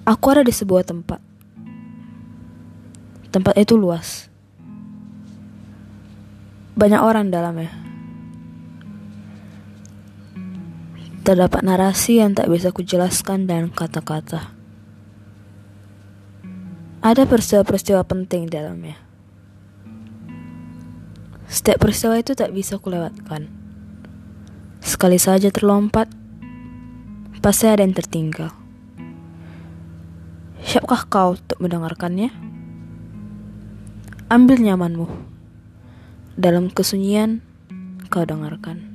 Aku ada di sebuah tempat. Tempat itu luas. Banyak orang dalamnya. Terdapat narasi yang tak bisa kujelaskan dengan kata-kata. Ada peristiwa-peristiwa penting di dalamnya. Setiap peristiwa itu tak bisa kulewatkan. Sekali saja terlompat, pasti ada yang tertinggal. Siapkah kau untuk mendengarkannya? Ambil nyamanmu. Dalam kesunyian, kau dengarkan.